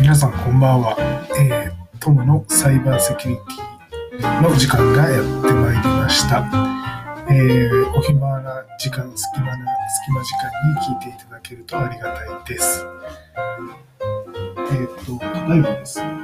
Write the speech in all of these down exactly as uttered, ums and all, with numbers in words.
皆さんこんばんは、えー、トムのサイバーセキュリティの時間がやってまいりました。えー、お暇な時間、隙間な隙間時間に聞いていただけるとありがたいです。えっ、ー、と、ただいまですね、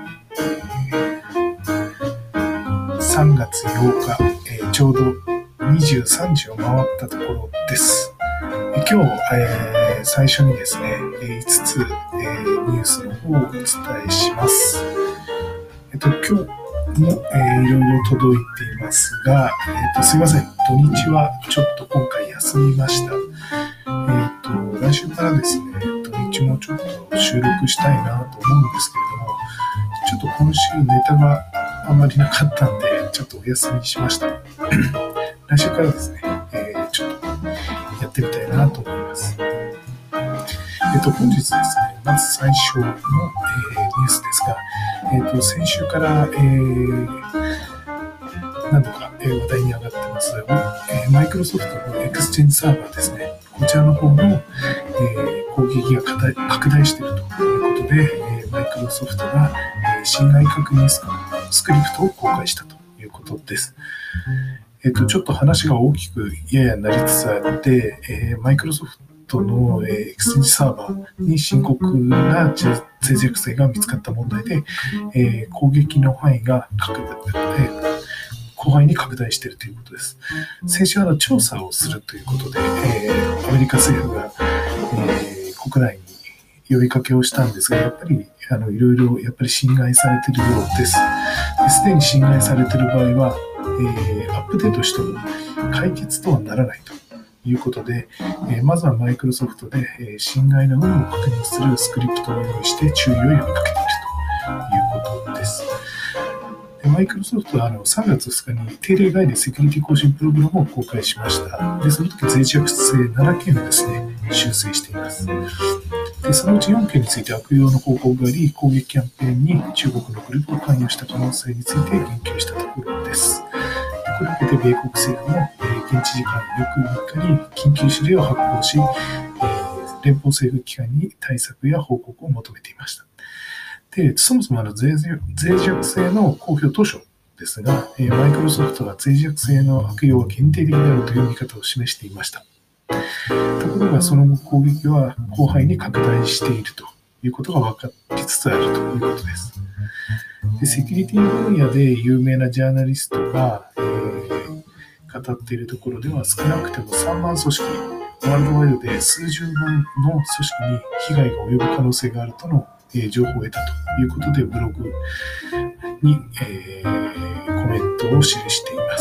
さんがつようか、えー、ちょうどにじゅうさんじを回ったところです。今日、えー、最初にですね、いつつ、えー、ニュースの方をお伝えします。えっと、今日も、えー、いろいろ届いていますが、えっと、すいません。土日はちょっと今回休みました。えっと、来週からですね、土日もちょっと収録したいなと思うんですけれども、ちょっと今週ネタがあんまりなかったんで、ちょっとお休みしました。来週からですね、えー、ちょっとやってみたいなと思います。えっと、本日ですね、まず最初の、えー、ニュースですが、えっと、先週から、えー、何度か、えー、話題に上がってます、えー、マイクロソフトのエクスチェンジサーバーですね。こちらの方の、えー、攻撃が拡大しているということで、えー、マイクロソフトが、えー、侵害確認スクリプトを公開したということです。えっと、ちょっと話が大きくややなりつつあって、えー、マイクロソフトの、えー、エクスチェンジサーバーに深刻な脆弱性が見つかった問題で、えー、攻撃の範囲が拡大、えー、広範囲に拡大しているということです。先週は調査をするということで、えー、アメリカ政府が、えー、国内に呼びかけをしたんですが、やっぱりあのいろいろやっぱり侵害されているようです。すでに侵害されている場合は、えー、アップデートしても解決とはならないということで、えー、まずはマイクロソフトで、えー、侵害の有無を確認するスクリプトを用意して注意を呼びかけているということです。マイクロソフトはあのさんがつふつかに定例外でセキュリティ更新プログラムを公開しました。で、その時脆弱性ななけんをですね、修正しています。で、そのうちよんけんについて悪用の報告があり、攻撃キャンペーンに中国のグループが関与した可能性について言及したところです。これを受けて米国政府も、えー、現地時間よくみっかに緊急指令を発行し、えー、連邦政府機関に対策や報告を求めていました。で、そもそもあの脆弱性の公表当初ですが、えー、マイクロソフトは脆弱性の悪用は限定的であるという見方を示していました。ところがその後攻撃は広範囲に拡大しているということが分かりつつあるということです。で、セキュリティ分野で有名なジャーナリストが、えー、語っているところでは少なくてもさんまん組織、ワールドワイドで数十万の組織に被害が及ぶ可能性があるとの、えー、情報を得たということでブログに、えー、コメントを記しています。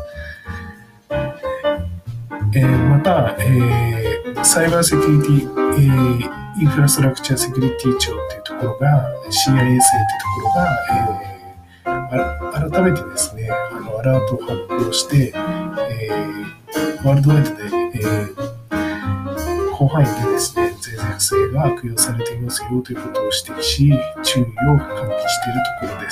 えー、また、えー、サイバーセキュリティ、えーインフラストラクチャーセキュリティ庁というところが シーアイエスエー というところが、えー、改めてですね、あのアラートを発表して、えー、ワールドワイドで、えー、広範囲でですね、脆弱性が悪用されていますよということを指摘し、注意を喚起しているところです。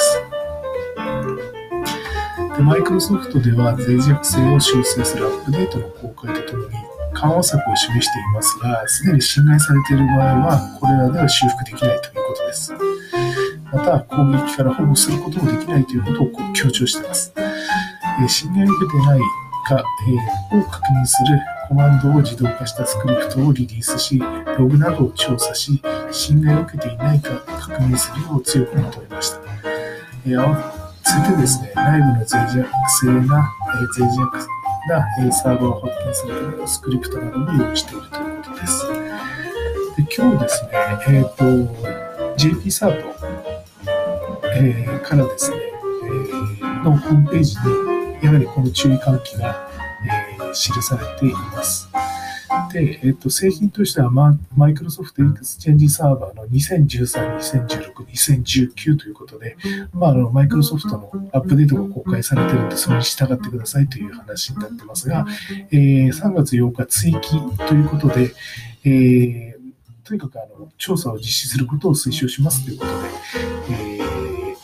で、マイクロソフトでは脆弱性を修正するアップデートの公開とともに緩和策を示していますが、すでに侵害されている場合は、これらでは修復できないということです。また、攻撃から保護することもできないということを強調しています。えー、侵害を受けていないか、えー、を確認するコマンドを自動化したスクリプトをリリースし、ログなどを調査し、侵害を受けていないか確認するよう強く求めました。えーついてですね、内部の脆弱性な、えー、脆弱な、えー、サーバーを発見するためのスクリプトなども用意しているということです。で、今日ですね、えっと、ジェーピー サート、えー、からですね、えー、のホームページに、やはりこの注意喚起が、えー、記されています。で、えっと、製品としてはマイクロソフトエクスチェンジサーバーのにせんじゅうさん、にせんじゅうろく、にせんじゅうきゅうということで、まあ、あのマイクロソフトのアップデートが公開されているので、それに従ってくださいという話になってますが、えー、さんがつようか追記ということで、えー、とにかくあの調査を実施することを推奨しますということで、えー、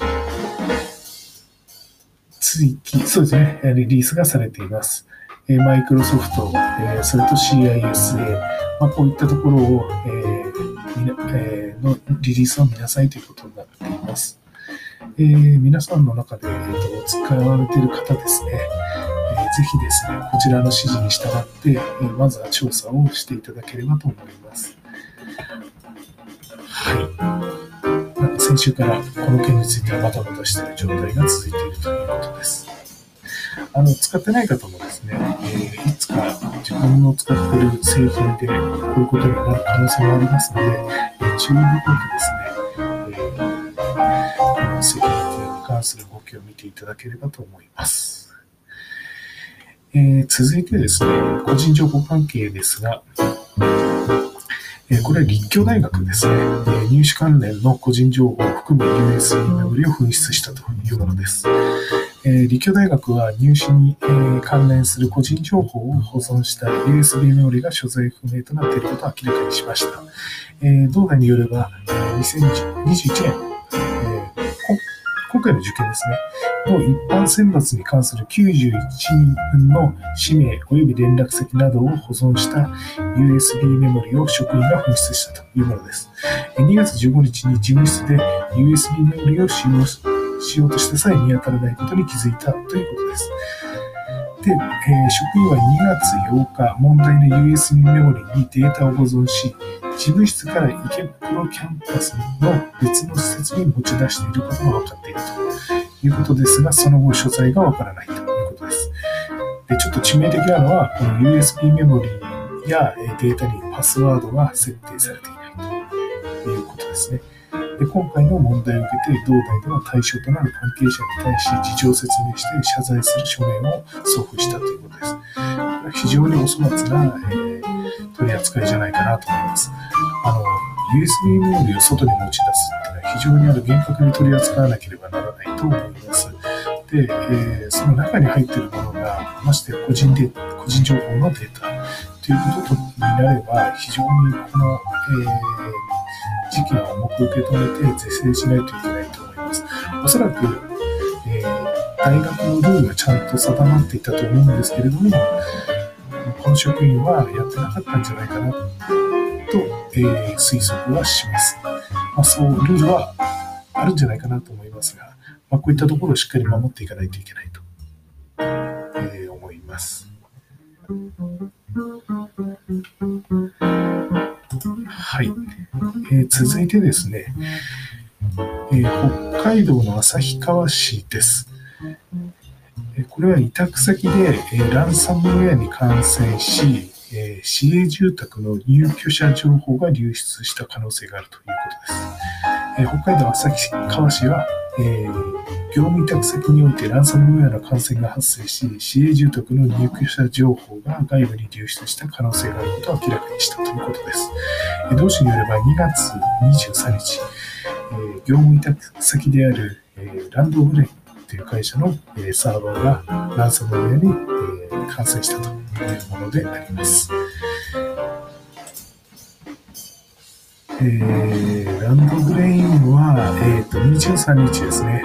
追記、そうですね、リリースがされています。マイクロソフト、えー、それと シーアイエスエー、まあ、こういったところを、えーえー、のリリースを見なさいということになっています。えー、皆さんの中で、えー、と使われている方ですね、えー、ぜひですね、こちらの指示に従って、えー、まずは調査をしていただければと思います。はい。先週からこの件についてはバタバタしている状態が続いているということです。あの、使ってない方もですね、えー、いつか自分の使っている製品でこういうことになる可能性もありますので、えー、注意深くですね、えー、このセキュリティに関する動きを見ていただければと思います。えー、続いてですね、個人情報関係ですが、えー、これは立教大学ですね、えー、入試関連の個人情報を含む ユーエスビー メモリを紛失したというものです。えー、立教大学は入試に、えー、関連する個人情報を保存した ユーエスビー メモリが所在不明となっていることを明らかにしました。えー、同大によれば、えー、にせんにじゅういちねん、えー、今回の受験ですね、の一般選抜に関するきゅうじゅういちにんぶんの氏名及び連絡先などを保存した ユーエスビー メモリを職員が紛失したというものです。にがつじゅうごにちに事務室で ユーエスビー メモリを使用ししようとした際見当たらないことに気づいたということです。で、えー、職員はにがつようか、問題の ユーエスビー メモリにデータを保存し、事務室から池袋キャンパスの別の施設に持ち出していることが分かっているということですが、その後所在が分からないということです。で、ちょっと致命的なのは、この ユーエスビー メモリやデータにパスワードが設定されていないということですね。で、今回の問題を受けて、同大では対象となる関係者に対し事情を説明して謝罪する書面を送付したということです。これは非常にお粗末な、えー、取り扱いじゃないかなと思います。あの、ユーエスビー メモリを外に持ち出すっていうのは非常にあの厳格に取り扱わなければならないと思います。で、えー、その中に入っているものが、まして個人で、個人情報のデータということになれば、非常にこの、えー事件を重く受け止めて是正しないといけないと思います。おそらく、えー、大学のルールがちゃんと定まっていたと思うんですけれども、この職員はやってなかったんじゃないかなと、えー、推測はします。まあ、そうルールはあるんじゃないかなと思いますが、まあ、こういったところをしっかり守っていかないといけないと、えー、思います。はい、えー、続いてですね、えー、北海道の旭川市です。えー、これは委託先で、えー、ランサムウェアに感染し、えー、市営住宅の入居者情報が流出した可能性があるということです。えー、北海道旭川市は、えー、業務委託先においてランサムウェアの感染が発生し、市営住宅の入居者情報が外部に流出した可能性があることを明らかにしたということです。同市によればにがつにじゅうさんにち、えー、業務委託先である、えー、ランドブレインという会社の、えー、サーバーがランサムウェアに、えー、感染したというものであります。えー、ランドブレインは、えー、とにじゅうさんにちですね、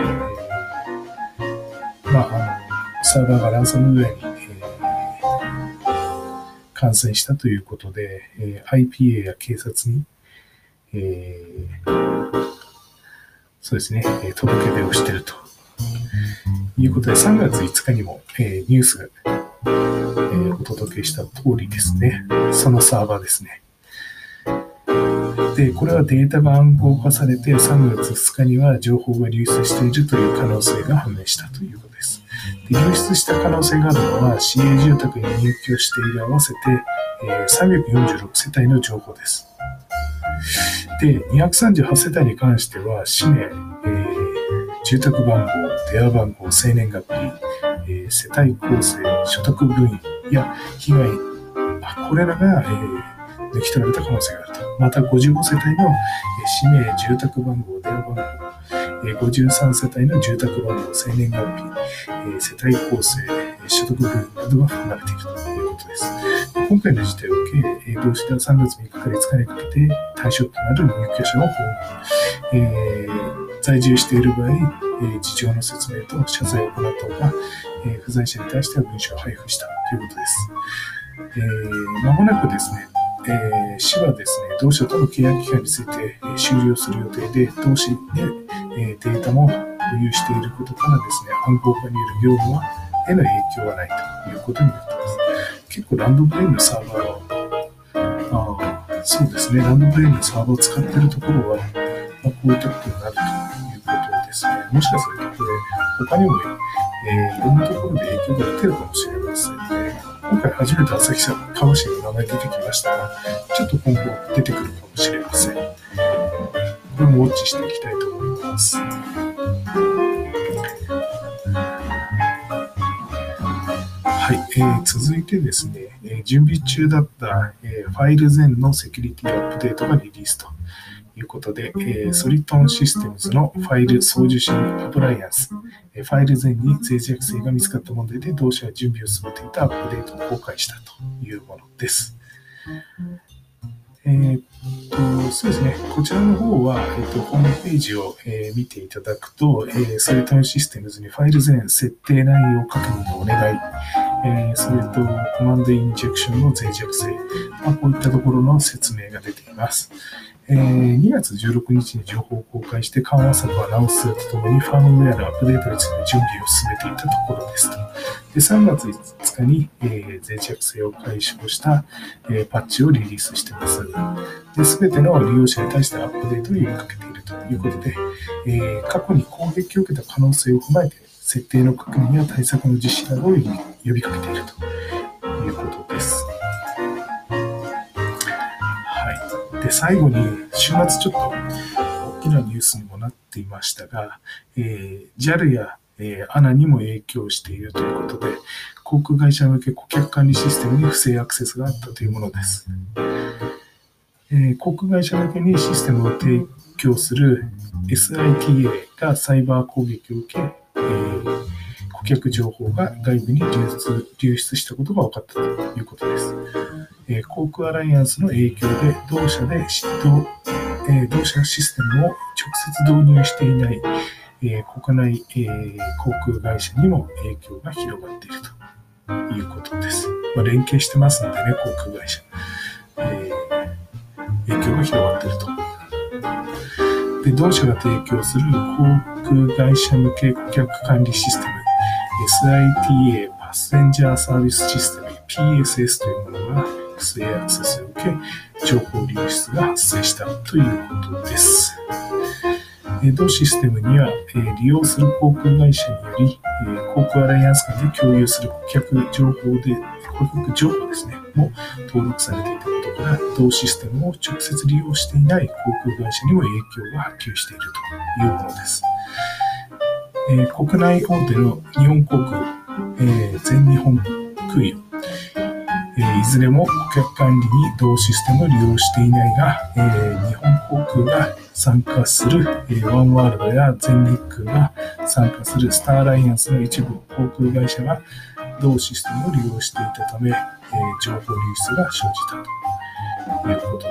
まあ、あのサーバーがランサムウェアに、えー、感染したということで、えー、アイピーエー や警察に、えー、そうですね、届け出をしているということで、さんがついつかにも、えー、ニュースが、えー、お届けした通りですね、そのサーバーですね。で、これはデータが暗号化されてさんがつふつかには情報が流出しているという可能性が判明したということです。で、流出した可能性があるのは市営住宅に入居している合わせて、えー、さんびゃくよんじゅうろくせたいの情報です。で、にひゃくさんじゅうはちせたいに関しては氏名、えー、住宅番号、電話番号、生年月日、えー、世帯構成、所得分野や被害、あこれらが、えー抜き取られた可能性があると。またごじゅうごせたいの氏名、住宅番号、電話番号、ごじゅうさんせたいの住宅番号、生年月日、世帯構成、所得分野などが含まれているということです。今回の事態を受け、同市ではさんがつみっかからいつかにかけて対象となる入居者を訪問、えー、在住している場合、事情の説明と謝罪を行ったほか、不在者に対しては文書を配布したということです。えー、間もなくですね、 えー、市はですね、同社との契約期間について、えー、終了する予定で、同市で、えー、データも保有していることからですね、暗号化による業務はへの影響はないということになっています。結構ランドブレインのサーバーは、あそうですね、ランドブレインのサーバーを使っているところは、まあ、こういったことになるということですね。もしかするとこれ、他にも、えー、いろんなところで影響が出てるかもしれませんね。今回初めて旭川市の名前出てきましたが、ちょっと今後出てくるかもしれません。これもウォッチしていきたいと思います。はい、えー、続いてですね、えー、準備中だった、えー、ファイルゼンのセキュリティアップデートがリリースということで、えー、ソリトンシステムズのファイル送受信アプライアンス、えー、ファイルゼンに脆弱性が見つかった問題で同社は準備を進めていたアップデートを公開したというものです。えー、っとそうですね、こちらの方は、えー、っとホームページを、えー、見ていただくと、えー、ソリトンシステムズにファイルゼン設定内容確認をお願い、えー、それとコマンドインジェクションの脆弱性、まあ、こういったところの説明が出ています。えー、にがつじゅうろくにちに情報を公開して緩和策をアナウンスするとともにファームウェアのアップデートについて準備を進めていたところですと。でさんがついつかに、えー、脆弱性を解消した、えー、パッチをリリースしています。すべての利用者に対してアップデートを呼びかけているということで、えー、過去に攻撃を受けた可能性を踏まえて設定の確認や対策の実施などを呼びかけているということです。で最後に週末ちょっと大きなニュースにもなっていましたが、えー、ジャル や、えー、エーエヌエー にも影響しているということで、航空会社向け顧客管理システムに不正アクセスがあったというものです。えー、航空会社向けにシステムを提供する エスアイティーエー がサイバー攻撃を受け、えー、顧客情報が外部に流出、流出したことが分かったということです。えー、航空アライアンスの影響で同社で同、えー、同社システムを直接導入していない、えー、国内、えー、航空会社にも影響が広がっているということです。まあ、連携してますのでね、航空会社、えー、影響が広がっていると。で、同社が提供する航空会社向け顧客管理システム エスアイティーエー パッセンジャーサービスシステム ピーエスエス というものが不正アクセスを受け、情報流出が発生したということです。同システムには、利用する航空会社により、航空アライアンス間で共有する顧客情報で、顧客情報ですね、も登録されていたことから、同システムを直接利用していない航空会社にも影響が波及しているというものです。えー、国内大手の日本航空、えー、全日本空輸、えー、いずれも顧客管理に同システムを利用していないが、えー、日本航空が参加する、えー、ワンワールドや全日空が参加するスターアライアンスの一部航空会社が同システムを利用していたため、えー、情報流出が生じたということです。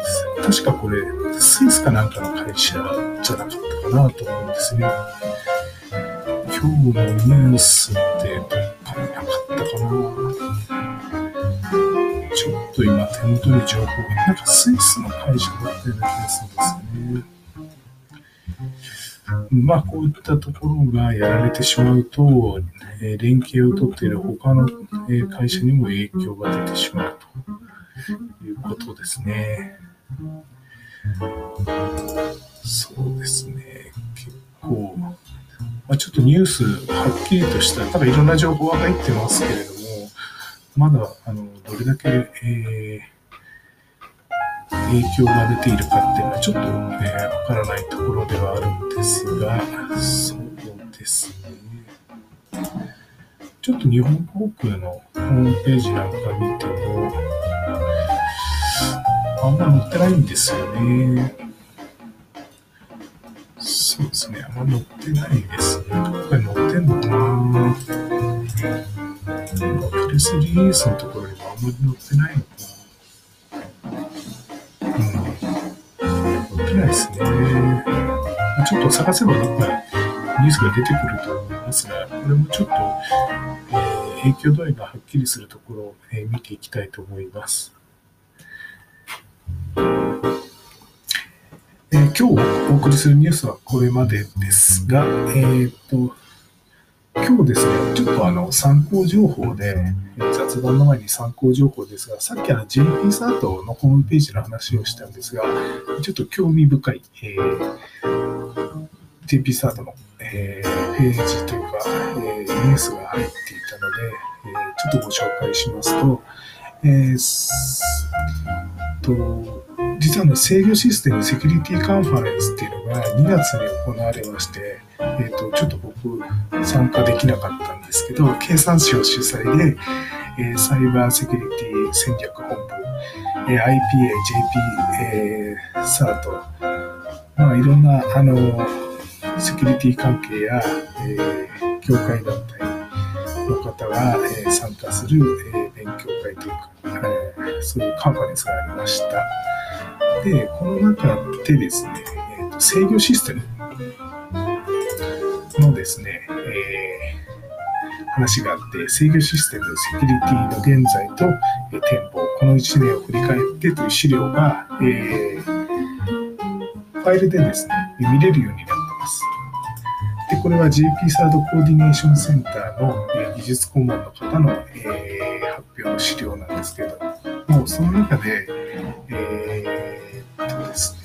確かこれスイスかなんかの会社じゃなかったかなと思うんですね。今日のニュースってどっかになかったかな。ちょっと今手元に情報がなんかスイスの会社だったような気がするんですよね。まあこういったところがやられてしまうと、えー、連携を取っている他の、えー、会社にも影響が出てしまうということですね。そうですね。結構、まあ、ちょっとニュースはっきりとした、ただいろんな情報が入ってますけれども、まだあのどれだけ、えー影響が出ているかっていうのはちょっとわ、えー、からないところではあるんですが、そうですね。ちょっと日本航空のホームページなんか見ても、あんま載ってないんですよね。そうですね。あんま載ってないですね。どこかに載ってんのかな。プレスリリースのところにもあんまり載ってないのかな。ないですね。ちょっと探せばどっかニュースが出てくると思いますが、これもちょっと、えー、影響度合いがはっきりするところを、えー、見ていきたいと思います。 今日お送りするニュースはこれまでですが、えー、と今日ですね、ちょっとあの参考情報で、雑談の前に参考情報ですが、さっきあの ジェイピー サートのホームページの話をしたんですが、ちょっと興味深い、えー、ジェイピー サートの、えー、ページというか、えー、ニュースが入っていたので、えー、ちょっとご紹介しますと、えー、と実はの制御システムセキュリティカンファレンスっていうのがにがつに行われまして、えー、とちょっと僕参加できなかったんですけど、経産省主催で、えー、サイバーセキュリティ戦略本部、えー、アイピーエー、ジェイピー、えー、サート、まあいろんなあのセキュリティ関係や、えー、業界団体の方が、えー、参加する、えー、勉強会というか、えー、そういうカンファレンスがありました。で、この中でですね、えー、と制御システムのですね、えー、話があって、制御システムセキュリティの現在と、えー、展望、このいちねんを振り返ってという資料が、えー、ファイルでですね、見れるようになっています。で、これは ジェイピー サードコーディネーションセンターの、えー、技術顧問の方の、えー、発表の資料なんですけれども、もうその中で、えー、っとですね、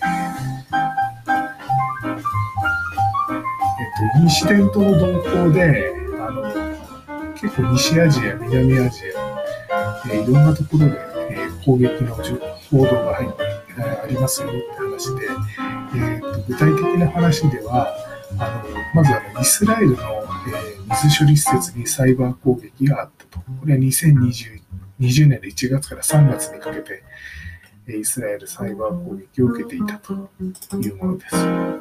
えっと、インシデントの動向で、あの、結構西アジア、南アジア、えー、いろんなところで、えー、攻撃の報道が入って、えー、ありますよって話で、えー、っと具体的な話では、あのまずあのイスラエルの、えー、水処理施設にサイバー攻撃があったと。これはにせんにじゅうねんのいちがつからさんがつにかけて、えー、イスラエルサイバー攻撃を受けていたというものです。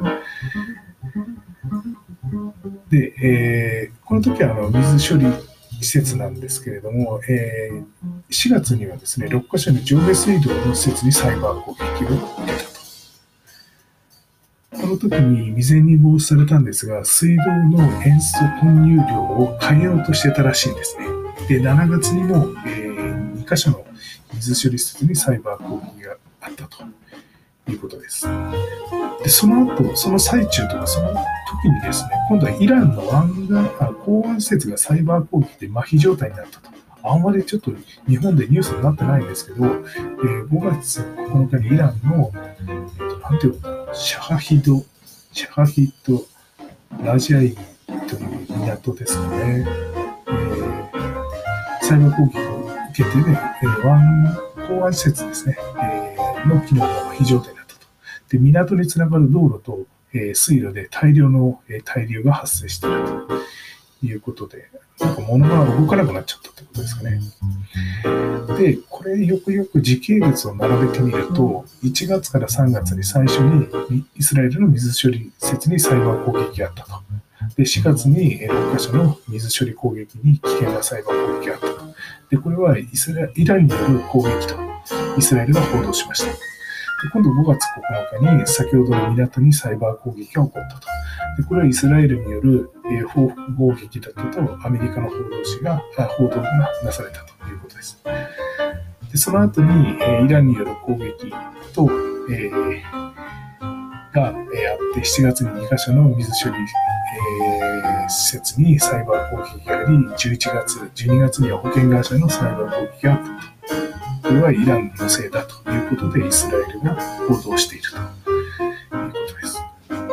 で、えー、この時はあの水処理施設なんですけれども、えー、しがつにはですね、ろっかしょの上下水道の施設にサイバー攻撃を受けたと。この時に未然に防止されたんですが、水道の塩素混入量を変えようとしてたらしいんですね。で、しちがつにも、えー、にかしょの水処理施設にサイバー攻撃があったということです。で、その後、その最中とかその時にですね、今度はイランの湾岸、あ、港湾施設がサイバー攻撃で麻痺状態になったと。あんまりちょっと日本でニュースになってないんですけど、えー、ごがつここのかにイランの、えー、となんていうのシャハヒド、シャハヒドラジャイという港ですかね。えー、サイバー攻撃を受けてね、えー、湾港湾施設ですね、えー、の機能が麻痺状態になったと。で、港につながる道路と、えー、水路で大量の、えー、対流が発生しているということで、なんか物が動かなくなっちゃったってことですかね。で、これよくよく時系列を並べてみると、いちがつからさんがつに最初にイスラエルの水処理施設にサイバー攻撃があったと。で、しがつにろっかしょの水処理攻撃に危険なサイバー攻撃があったと。で、これはイスライランによる攻撃とイスラエルが報道しました。で、今度ごがつここのかに先ほどの港にサイバー攻撃が起こったと。で、これはイスラエルによる報復攻撃だったとアメリカの報道誌が報道がなされたということです。で、その後にイランによる攻撃と、えー、があってしちがつににかしょの水処理、えー、施設にサイバー攻撃があり、じゅういちがつ、じゅうにがつには保険会社のサイバー攻撃があったと。これはイランのせいだということでイスラエルが報道しているということです。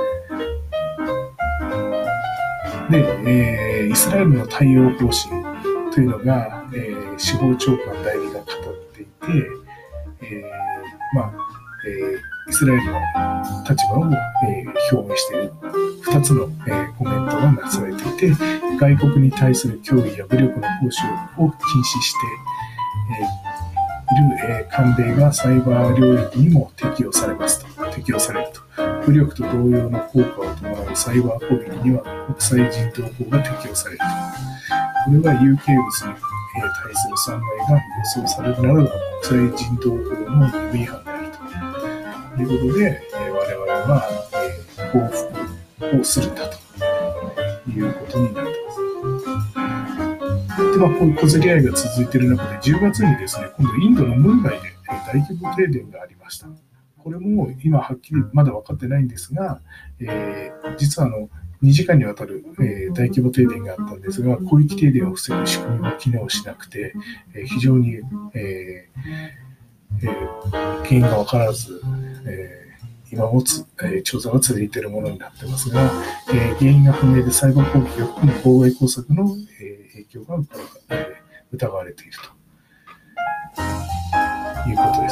で、えー、イスラエルの対応方針というのが、えー、司法長官代理が語っていて、えー、まあ、えー、イスラエルの立場を、えー、表明しているふたつの、えー、コメントがなされていて、外国に対する脅威や武力の行使を禁止して、えーいる、えー、慣例がサイバー領域にも適用されますと。適用されると。武力と同様の効果を伴うサイバー攻撃には国際人道法が適用されると。これは有形物に、えー、対する損害が予想されるならば国際人道法の義務違反であるということで、えー、我々は、えー、報復をするんだということになっています。で、まあ、こういう小競り合いが続いている中で、じゅうがつにですね、今度インドのムンバイで大規模停電がありました。ここれも今はっきりまだ分かってないんですが、えー、実はあのにじかんにわたる、えー、大規模停電があったんですが、広域停電を防ぐ仕組みが機能しなくて、えー、非常に、えーえー、原因が分からず、えー今もつ、えー、調査が続いているものになっていますが、えー、原因が不明でサイバー攻撃を含む妨害工作の、えー、影響が、えー、疑われているということです。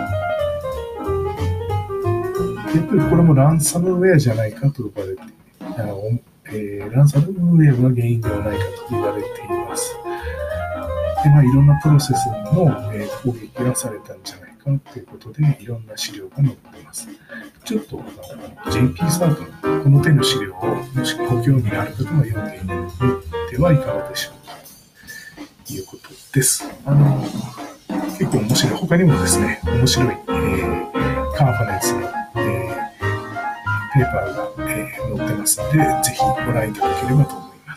やっぱりこれもランサムウェアじゃないかと呼ばれて、あのえー、ランサムウェアが原因ではないかと言われています。で、まあ、いろんなプロセスの、えー、攻撃がされたんじゃないかということで、いろんな資料が載っています。ちょっと ジェイピー サートのこの手の資料をもしご興味がある方は読んでみてはいかがでしょうかということです。あの結構面白い。他にもですね、面白い、えー、カンファレンスの、えー、ペーパーが、えー、載ってますので、ぜひご覧いただければと思います。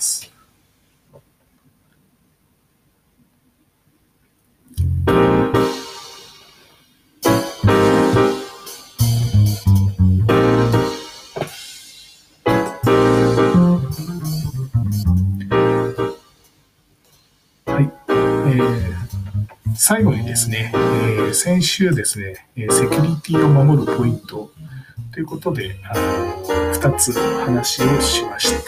最後にですね、えー、先週ですね、セキュリティを守るポイントということで、あのふたつ話をしました。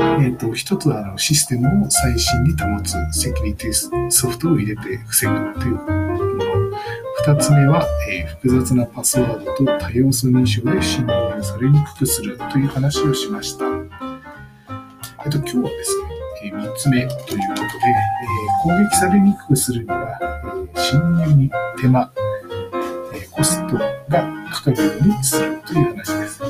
えーと、ひとつはあのシステムを最新に保つセキュリティソフトを入れて防ぐというもの。ふたつめは、えー、複雑なパスワードと多要素認証で侵入されにくくするという話をしました。えーと、今日はですね、みっつめということで、えー、攻撃されにくくするには、えー、侵入に手間、えー、コストがかかるようにするという話です。で、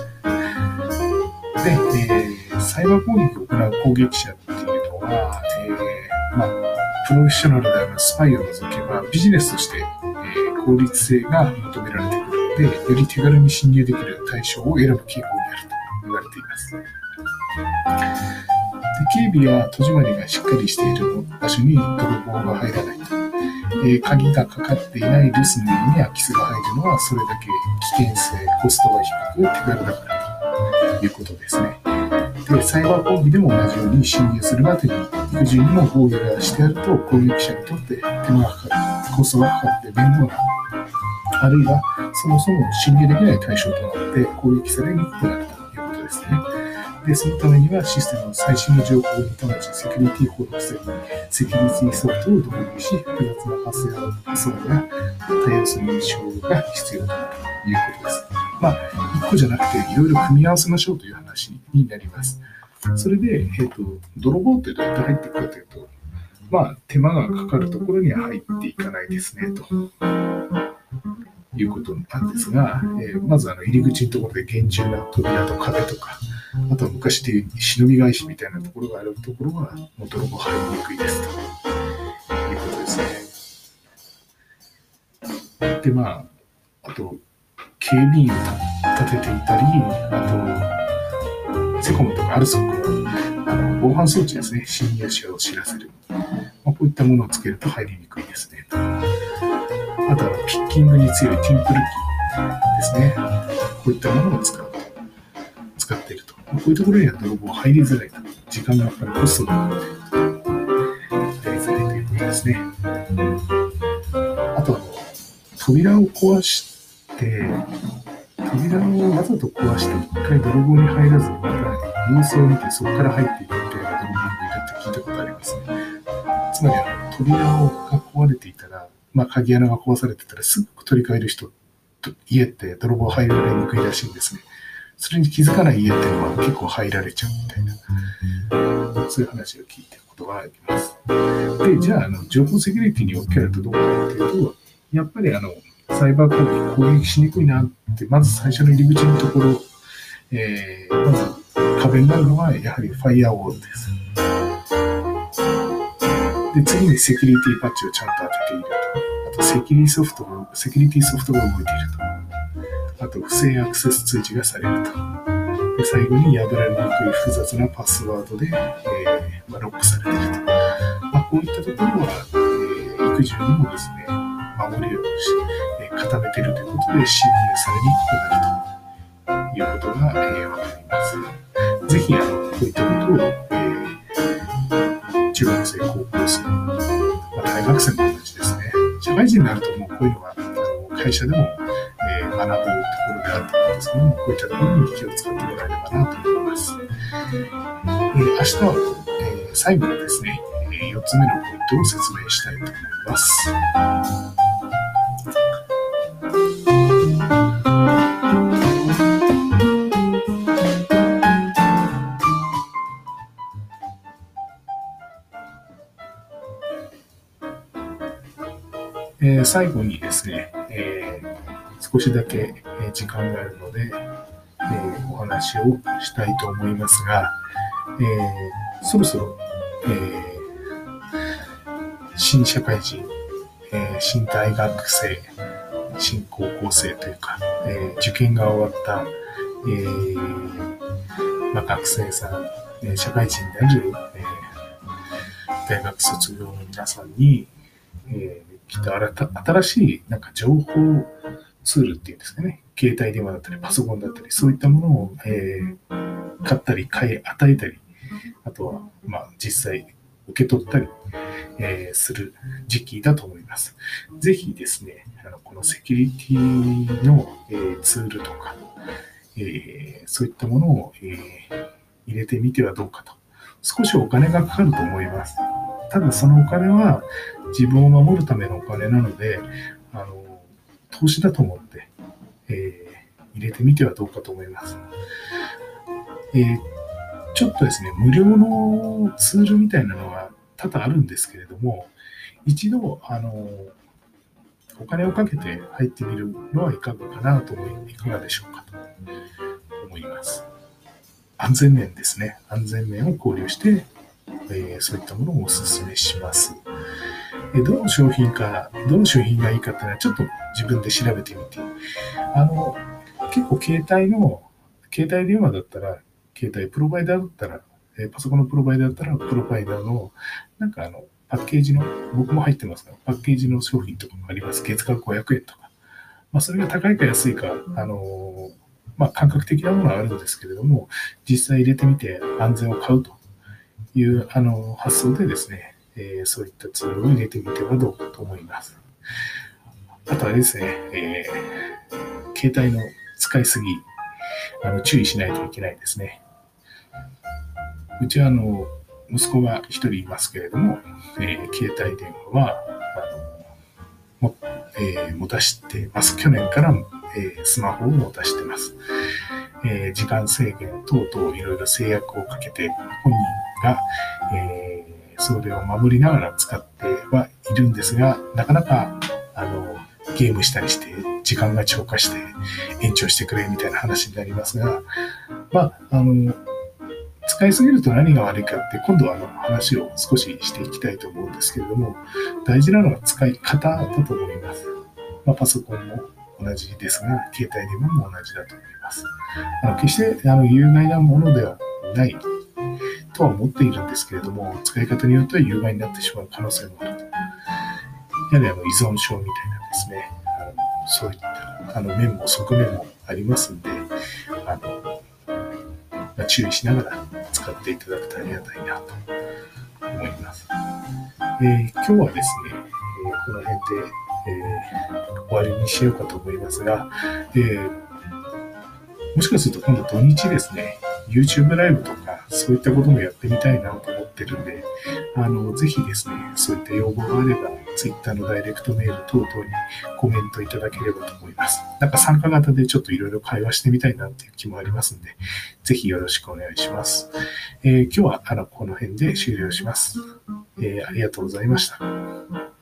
えー、サイバー攻撃を行う攻撃者っていうのは、えーまあ、プロフェッショナルであるスパイを除けばビジネスとして、えー、効率性が求められてくるので、より手軽に侵入できる対象を選ぶ傾向にあると言われています。で、警備や戸締まりがしっかりしている場所に泥棒が入らないと、えー、鍵がかかっていない留守の家に空き巣が入るのはそれだけ危険性、コストが低く手軽だからということですね。で、サイバー攻撃でも同じように侵入するまでに不十にも防御がしてあると攻撃者にとって手間がかかる、コストがかかって面倒な、あるいはそもそも侵入できない対象となって攻撃されにくくなるということですね。で、そのためにはシステムの最新の情報に伴うセキュリティ法のセキュリティソフトを導入し、複雑なパスワードや多要素認証が必要となるということです。まあ、一個じゃなくていろいろ組み合わせましょうという話になります。それで、えっと、泥棒ってどうやって入っていくかというと、まあ、手間がかかるところには入っていかないですね、ということなんですが、えー、まずあの入り口のところで厳重な扉と壁とか、あとは昔でいう忍び返しみたいなところがあるところは、もう泥棒入りにくいですということですね。で、まあ、あと、警備員を立てていたり、あと、セコムとかアルソックのあの防犯装置ですね、侵入者を知らせる。まあ、こういったものをつけると入りにくいですね。あとはピッキングに強いティンプルキーですね。こういったものを使うと使っていると。こういうところには泥棒入りづらいと。時間がかかる、コストがかかる、入りづらいということですね。あとは扉を壊して、扉をわざと壊して一回泥棒に入らずにまた様子を見てそこから入っていくみたいな泥棒がいるって聞いたことありますね。つまりあの扉が壊れていたら、まあ、鍵穴が壊されてたらすぐ取り替える人と家って泥棒入られにくいらしいんですね。それに気づかない家っていうのは結構入られちゃうみたいな、そういう話を聞いたことがあります。で、じゃあ、あの情報セキュリティに置き換えるとどうかというと、やっぱりあのサイバー攻撃、攻撃しにくいなって、まず最初の入り口のところ、えー、まず壁になるのはやはりファイアウォールです。で、次にセキュリティパッチをちゃんと当てていると。あとセキュリティソフトが、セキュリティソフトが動いていると。あと、不正アクセス通知がされると。で、最後に破られにくい複雑なパスワードで、えーまあ、ロックされていると。まあ、こういったところは、えー、育児にもですね、 守りをし、えー、固めているということで侵入されにくくなるということが、えー、わかります。ぜひ、あの、こういったことを、えー、中学生、高校生、まあ、大学生の子たちですね。社会人になるともうこういうのが、あの会社でも、えー、学ぶところであると思うんですけども、こういったところに気を使ってもらえればなと思います。えー、明日は、えー、最後にですね、えー、よっつめのポイントを説明したいと思います。えー、最後にですね、えー、少しだけ時間があるので、えー、お話をしたいと思いますが、えー、そろそろ、えー、新社会人、えー、新大学生、新高校生というか、えー、受験が終わった、えーまあ、学生さん、えー、社会人である、えー、大学卒業の皆さんに、えーきっと新しいなんか情報ツールっていうんですかね、携帯電話だったりパソコンだったり、そういったものを、えー、買ったり買い与えたり、あとは、まあ、実際受け取ったり、えー、する時期だと思います。ぜひですね、あのこのセキュリティの、えー、ツールとか、えー、そういったものを、えー、入れてみてはどうかと。少しお金がかかると思います。ただそのお金は自分を守るためのお金なので、あの投資だと思って、えー、入れてみてはどうかと思います。えー、ちょっとですね、無料のツールみたいなのは多々あるんですけれども、一度、あのお金をかけて入ってみるのはいかがかなと思い、いかがでしょうかと思います。安全面ですね。安全面を考慮して、えー、そういったものをお勧めします。えー、どの商品か、どの商品がいいかっていうのはちょっと自分で調べてみて、あの、結構携帯の、携帯電話だったら、携帯プロバイダーだったら、えー、パソコンのプロバイダーだったら、プロバイダーの、なんかあの、パッケージの、僕も入ってますが、パッケージの商品とかもあります。月額ごひゃくえんとか。まあ、それが高いか安いか、あのー、まあ、感覚的なものはあるんですけれども、実際入れてみて安全を買うというあの発想でですね、えー、そういったツールを入れてみてはどうかと思います。あとはですね、えー、携帯の使いすぎ、あの注意しないといけないですね。うちはあの息子が一人いますけれども、えー、携帯電話はあのも、えー、持たしてます。去年から、えー、スマホを持たしてます。えー、時間制限等々いろいろ制約をかけて本人が、えー、それを守りながら使ってはいるんですが、なかなかあのゲームしたりして時間が超過して延長してくれみたいな話になりますが、まあ、あの使いすぎると何が悪いかって今度はあの話を少ししていきたいと思うんですけれども、大事なのは使い方だと思います。まあ、パソコンも同じですが、携帯電話も同じだと思います。あの決してあの有害なものではないとは思っているんですけれども、使い方によっては有害になってしまう可能性もあると。やはりあの依存症みたいなですね、あのそういったあの面も側面もありますので、あのまあ、注意しながら使っていただくとありがたいなと思います。えー、今日はですね、えー、この辺で、えー、終わりにしようかと思いますが、えー、もしかすると今度土日ですね、YouTube ライブとかそういったこともやってみたいなと思ってるんで、あのぜひですね、そういった要望があれば Twitter のダイレクトメール等々にコメントいただければと思います。なんか参加型でちょっといろいろ会話してみたいなっていう気もありますんで、ぜひよろしくお願いします。えー、今日はあのこの辺で終了します。えー、ありがとうございました。